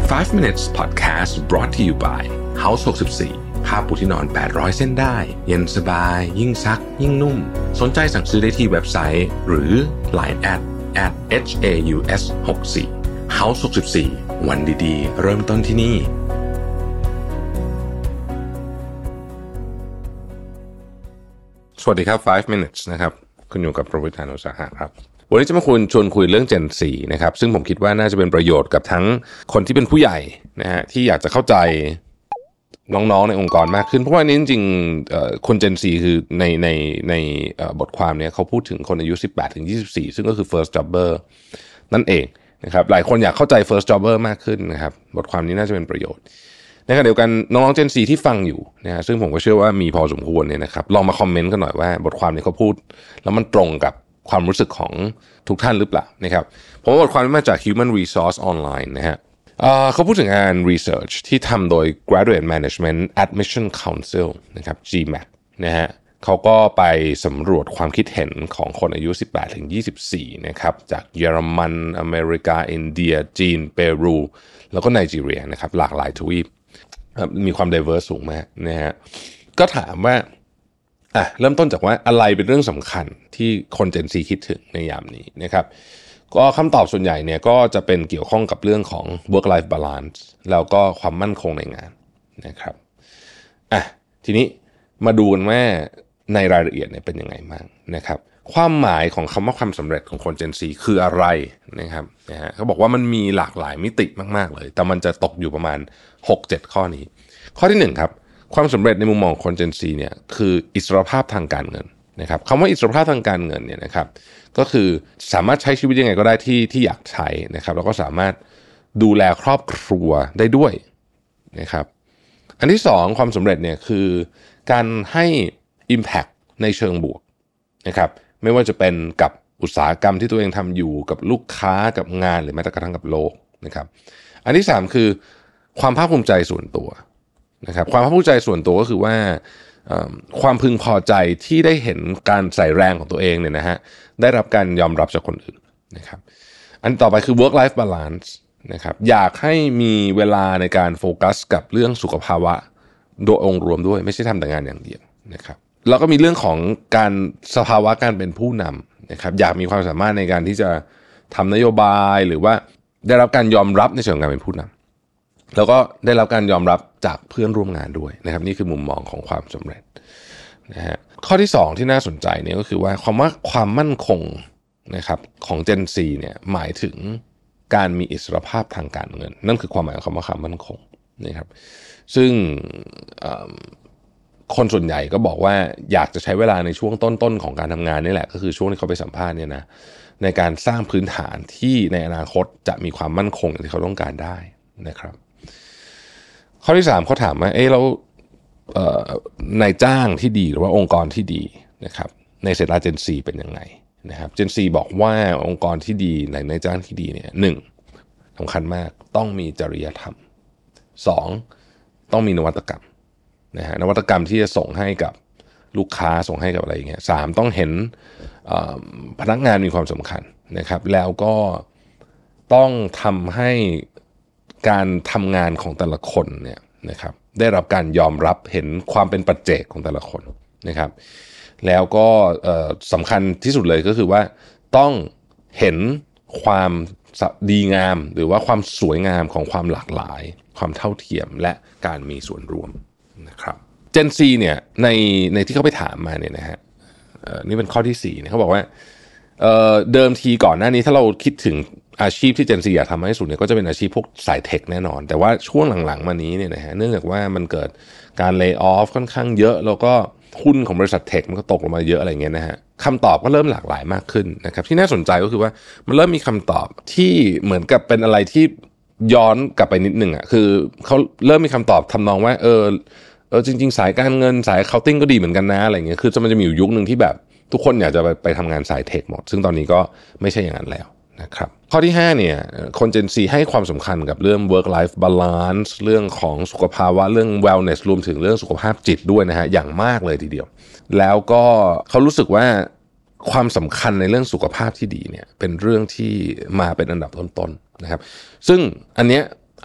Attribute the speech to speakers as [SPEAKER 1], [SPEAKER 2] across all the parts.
[SPEAKER 1] 5 minutes podcast brought to you by House 64ผ้าปูที่นอน800เส้นได้เย็นสบายยิ่งซักยิ่งนุ่มสนใจสั่งซื้อได้ที่เว็บไซต์หรือ LINE @HAUS64 House 64วันดีๆเริ่มต้นที่นี่สวัสดีครับ5 minutes นะครับคุณอยู่กับประวิทย์ หาญอุตสาหะครับวันนี้จะมาชวนคุยเรื่อง Gen Z นะครับซึ่งผมคิดว่าน่าจะเป็นประโยชน์กับทั้งคนที่เป็นผู้ใหญ่นะฮะที่อยากจะเข้าใจน้องๆในองค์กรมากขึ้นเพราะว่านี้จริงๆคน Gen Z คือในบทความนี้เขาพูดถึงคนอายุ 18-24 ซึ่งก็คือ first jobber นั่นเองนะครับหลายคนอยากเข้าใจ first jobber มากขึ้นนะครับบทความนี้น่าจะเป็นประโยชน์ในขณะเดียวกันน้องๆ Gen Z ที่ฟังอยู่นะฮะซึ่งผมก็เชื่อว่ามีพอสมควรเนี่ยนะครับลองมาคอมเมนต์กันหน่อยว่าบทความนี้เขาพูดแล้วมันตรงกับความรู้สึกของทุกท่านหรือเปล่านะครับผมว่าบทความนี้มาจาก Human Resource Online นะฮะเขาพูดถึงงาน research ที่ทำโดย Graduate Management Admission Council นะครับ GMAT นะฮะเขาก็ไปสำรวจความคิดเห็นของคนอายุ 18-24 นะครับจากเยอรมันอเมริกาอินเดียจีนเปรูแล้วก็ไนจีเรียนะครับหลากหลายทวีปมีความ diverse สูงมากนะฮะก็ถามว่าเริ่มต้นจากว่าอะไรเป็นเรื่องสำคัญที่คน Gen Z คิดถึงในยามนี้นะครับก็คำตอบส่วนใหญ่เนี่ยก็จะเป็นเกี่ยวข้องกับเรื่องของ work life balance แล้วก็ความมั่นคงในงานนะครับทีนี้มาดูกันว่าในรายละเอียดเนี่ยเป็นยังไงบ้างนะครับความหมายของคำว่าความสำเร็จของคน Gen Z คืออะไรนะครับเขาบอกว่ามันมีหลากหลายมิติมากๆเลยแต่มันจะตกอยู่ประมาณ 6-7 ข้อนี้ข้อที่1ครับความสำเร็จในมุมมองคน Gen Z เนี่ยคืออิสรภาพทางการเงินนะครับคำว่าอิสรภาพทางการเงินเนี่ยนะครับก็คือสามารถใช้ชีวิตยังไงก็ได้ที่อยากใช้นะครับแล้วก็สามารถดูแลครอบครัวได้ด้วยนะครับอันที่2ความสำเร็จเนี่ยคือการให้ impact ในเชิงบวกนะครับไม่ว่าจะเป็นกับอุตสาหกรรมที่ตัวเองทำอยู่กับลูกค้ากับงานหรือแม้แต่กระทั่งกับโลกนะครับอันที่3คือความภาคภูมิใจส่วนตัวนะครับความภาคภูมิใจส่วนตัวก็คือว่าความพึงพอใจที่ได้เห็นการใส่แรงของตัวเองเนี่ยนะฮะได้รับการยอมรับจากคนอื่นนะครับอันต่อไปคือ work life balance นะครับอยากให้มีเวลาในการโฟกัสกับเรื่องสุขภาวะโดยองค์รวมด้วยไม่ใช่ทำแต่งานอย่างเดียวนะครับแล้วก็มีเรื่องของการสภาวะการเป็นผู้นำนะครับอยากมีความสามารถในการที่จะทำนโยบายหรือว่าได้รับการยอมรับในเชิงการเป็นผู้นำแล้วก็ได้รับการยอมรับจากเพื่อนร่วมงานด้วยนะครับนี่คือมุมมองของความสำเร็จนะฮะข้อที่2ที่น่าสนใจเนี่ยก็คือว่าความมั่นคงนะครับของ Gen Z เนี่ยหมายถึงการมีอิสรภาพทางการเงินนั่นคือความหมายของคำว่าความมั่นคงนะครับซึ่งคนส่วนใหญ่ก็บอกว่าอยากจะใช้เวลาในช่วงต้นๆของการทำงานนี่แหละก็คือช่วงที่เขาไปสัมภาษณ์เนี่ยนะในการสร้างพื้นฐานที่ในอนาคตจะมีความมั่นคงอย่างที่เขาต้องการได้นะครับข้อที่3เขาถามว่าแล้วนายจ้างที่ดีหรือว่าองค์กรที่ดีนะครับในสายตา Gen Z เป็นยังไงนะครับ Gen Z บอกว่าองค์กรที่ดีนายจ้างที่ดีเนี่ย1สำคัญมากต้องมีจริยธรรม2ต้องมีนวัตกรรมนะฮะนวัตกรรมที่จะส่งให้กับลูกค้าส่งให้กับอะไรอย่างเงี้ย3ต้องเห็นพนักงานมีความสำคัญนะครับแล้วก็ต้องทำให้การทำงานของแต่ละคนเนี่ยนะครับได้รับการยอมรับเห็นความเป็นปัจเจกของแต่ละคนนะครับแล้วก็สำคัญที่สุดเลยก็คือว่าต้องเห็นความดีงามหรือว่าความสวยงามของความหลากหลายความเท่าเทียมและการมีส่วนร่วมนะครับ Gen Z เนี่ยในที่เขาไปถามมาเนี่ยนะฮะนี่เป็นข้อที่4เนี่ยเขาบอกว่าเดิมทีก่อนหน้านี้ถ้าเราคิดถึงอาชีพที่ Gen Z อยากทำให้สุดเนี่ยก็จะเป็นอาชีพพวกสายเทคแน่นอนแต่ว่าช่วงหลังๆมานี้เนี่ยนะฮะเนื่องจากว่ามันเกิดการเลย์ออฟค่อนข้างเยอะแล้วก็หุ้นของบริษัทเทคมันก็ตกลงมาเยอะอะไรเงี้ยนะฮะคำตอบก็เริ่มหลากหลายมากขึ้นนะครับที่น่าสนใจก็คือว่ามันเริ่มมีคำตอบที่เหมือนกับเป็นอะไรที่ย้อนกลับไปนิดนึงคือเขาเริ่มมีคำตอบทำนองว่าจริงๆสายการเงินสาย accounting ก็ดีเหมือนกันนะอะไรเงี้ยคือมันจะมีอยู่ยุคนึงที่แบบทุกคนอยากจะไปทำงานสายเทคหมดซึ่งตอนนี้ก็ไม่ใช่อย่างนั้นแล้วนะครับข้อที่5เนี่ยคน Gen Z ให้ความสำคัญกับเรื่อง work life balance เรื่องของสุขภาวะเรื่อง wellness รวมถึงเรื่องสุขภาพจิตด้วยนะฮะอย่างมากเลยทีเดียวแล้วก็เขารู้สึกว่าความสำคัญในเรื่องสุขภาพที่ดีเนี่ยเป็นเรื่องที่มาเป็นอันดับต้นๆนะครับซึ่งอันเนี้ย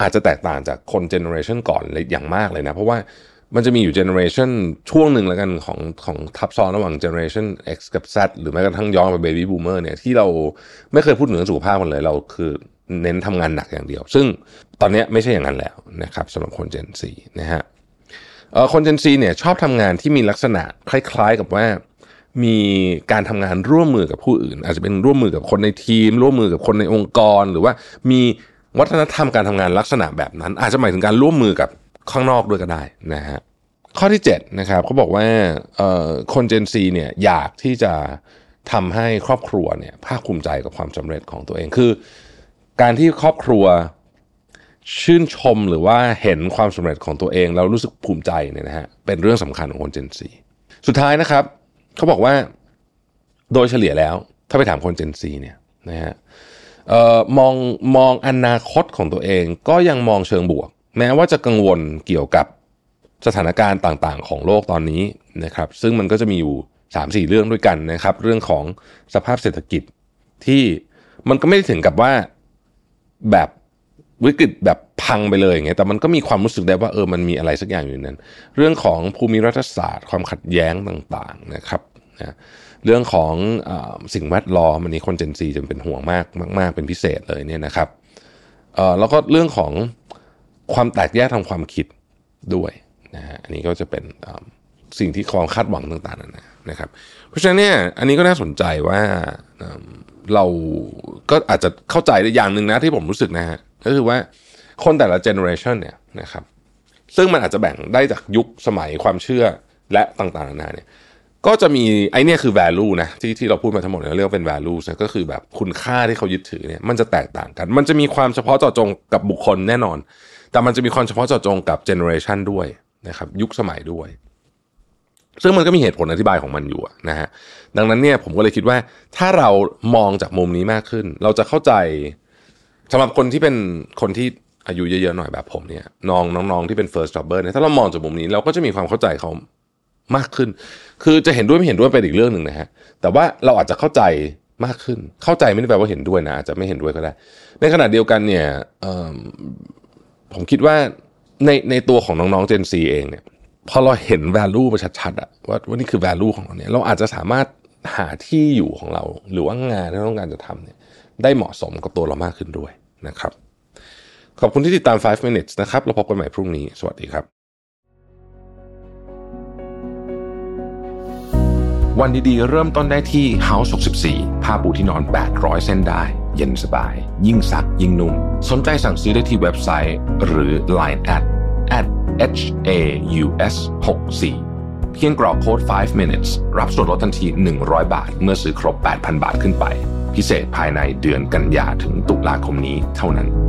[SPEAKER 1] อาจจะแตกต่างจากคนเจเนอเรชันก่อนเลยอย่างมากเลยนะเพราะว่ามันจะมีอยู่เจเนอเรชันช่วงหนึ่งแล้วกันของทับซ้อนระหว่างเจเนอเรชัน X กับ Z หรือแม้กระทั่งย้อนไป Baby Boomer เนี่ยที่เราไม่เคยพูดถึงเรื่องสุขภาพกันเลยเราคือเน้นทำงานหนักอย่างเดียวซึ่งตอนนี้ไม่ใช่อย่างนั้นแล้วนะครับสำหรับคน Gen Z นะฮะคน Gen Z เนี่ยชอบทำงานที่มีลักษณะคล้ายๆกับว่ามีการทำงานร่วมมือกับผู้อื่นอาจจะเป็นร่วมมือกับคนในทีมร่วมมือกับคนในองค์กรหรือว่ามีวัฒนธรรมการทำงานลักษณะแบบนั้นอาจจะหมายถึงการร่วมมือกับข้างนอกด้วยก็ได้นะฮะข้อที่7นะครับเขาบอกว่าคน Gen Z เนี่ยอยากที่จะทำให้ครอบครัวเนี่ยภาคภูมิใจกับความสำเร็จของตัวเองคือการที่ครอบครัวชื่นชมหรือว่าเห็นความสำเร็จของตัวเองแล้วรู้สึกภูมิใจเนี่ยนะฮะเป็นเรื่องสำคัญของคน Gen Z สุดท้ายนะครับเขาบอกว่าโดยเฉลี่ยแล้วถ้าไปถามคน Gen Z เนี่ยนะฮะมองอนาคตของตัวเองก็ยังมองเชิงบวกแม้ว่าจะกังวลเกี่ยวกับสถานการณ์ต่างๆของโลกตอนนี้นะครับซึ่งมันก็จะมีอยู่ 3-4 เรื่องด้วยกันนะครับเรื่องของสภาพเศรษฐกิจที่มันก็ไม่ได้ถึงกับว่าแบบวิกฤตแบบพังไปเลยอย่างเงี้ยแต่มันก็มีความรู้สึกได้ว่ามันมีอะไรสักอย่างอยู่นั้นเรื่องของภูมิรัฐศาสตร์ความขัดแย้งต่างๆนะครับนะเรื่องของสิ่งแวดล้อมอันนี้คน Gen Z จะเป็นห่วงมากเป็นพิเศษเลยเนี่ยนะครับแล้วก็เรื่องของความแตกแยกทางความคิดด้วยนะฮะอันนี้ก็จะเป็นสิ่งที่ความคาดหวังต่างๆนะครับเพราะฉะนั้นเนี่ยอันนี้ก็น่าสนใจว่าเราก็อาจจะเข้าใจได้อย่างหนึ่งนะที่ผมรู้สึกนะฮะก็คือว่าคนแต่ละเจเนอเรชันเนี่ยนะครับซึ่งมันอาจจะแบ่งได้จากยุคสมัยความเชื่อและต่างๆนานาเนี่ยก็จะมีไอเนี่ยคือ value นะที่เราพูดมาทั้งหมดเราเรียกว่าเป็น value นะก็คือแบบคุณค่าที่เขายึดถือเนี่ยมันจะแตกต่างกันมันจะมีความเฉพาะเจาะจงกับบุคคลแน่นอนแต่มันจะมีความเฉพาะเจาะจงกับเจเนอเรชันด้วยนะครับยุคสมัยด้วยซึ่งมันก็มีเหตุผลอธิบายของมันอยู่นะฮะดังนั้นเนี่ยผมก็เลยคิดว่าถ้าเรามองจากมุมนี้มากขึ้นเราจะเข้าใจสำหรับคนที่เป็นคนที่อายุเยอะๆหน่อยแบบผมเนี่ยน้องๆที่เป็น first jobber เนี่ยถ้าเรามองจากมุมนี้เราก็จะมีความเข้าใจเขามากขึ้นคือจะเห็นด้วยไม่เห็นด้วยเป็นอีกเรื่องนึงนะฮะแต่ว่าเราอาจจะเข้าใจมากขึ้นเข้าใจไม่ได้แปลว่าเห็นด้วยนะอาจจะไม่เห็นด้วยก็ได้ในขณะเดียวกันเนี่ยผมคิดว่าในตัวของน้องๆ Gen Z เองเนี่ยพอเราเห็น value มาชัดๆอะว่านี่คือ value ของเราเนี่ยเราอาจจะสามารถหาที่อยู่ของเราหรือว่างานที่เราต้องการจะทำเนี่ยได้เหมาะสมกับตัวเรามากขึ้นด้วยนะครับขอบคุณที่ติดตาม 5 minutes นะครับเราพบกันใหม่พรุ่งนี้สวัสดีครับวันดีๆเริ่มต้นได้ที่ House 64ผ้าปูที่นอน800เส้นได้เย็นสบายยิ่งซักยิ่งนุ่มสนใจสั่งซื้อได้ที่เว็บไซต์หรือ Line @HAUS64 เพียงกรอกโค้ด5 minutes รับส่วนลดทันที100 บาทเมื่อซื้อครบ 8,000 บาทขึ้นไปพิเศษภายในเดือนกันยาถึงตุลาคมนี้เท่านั้น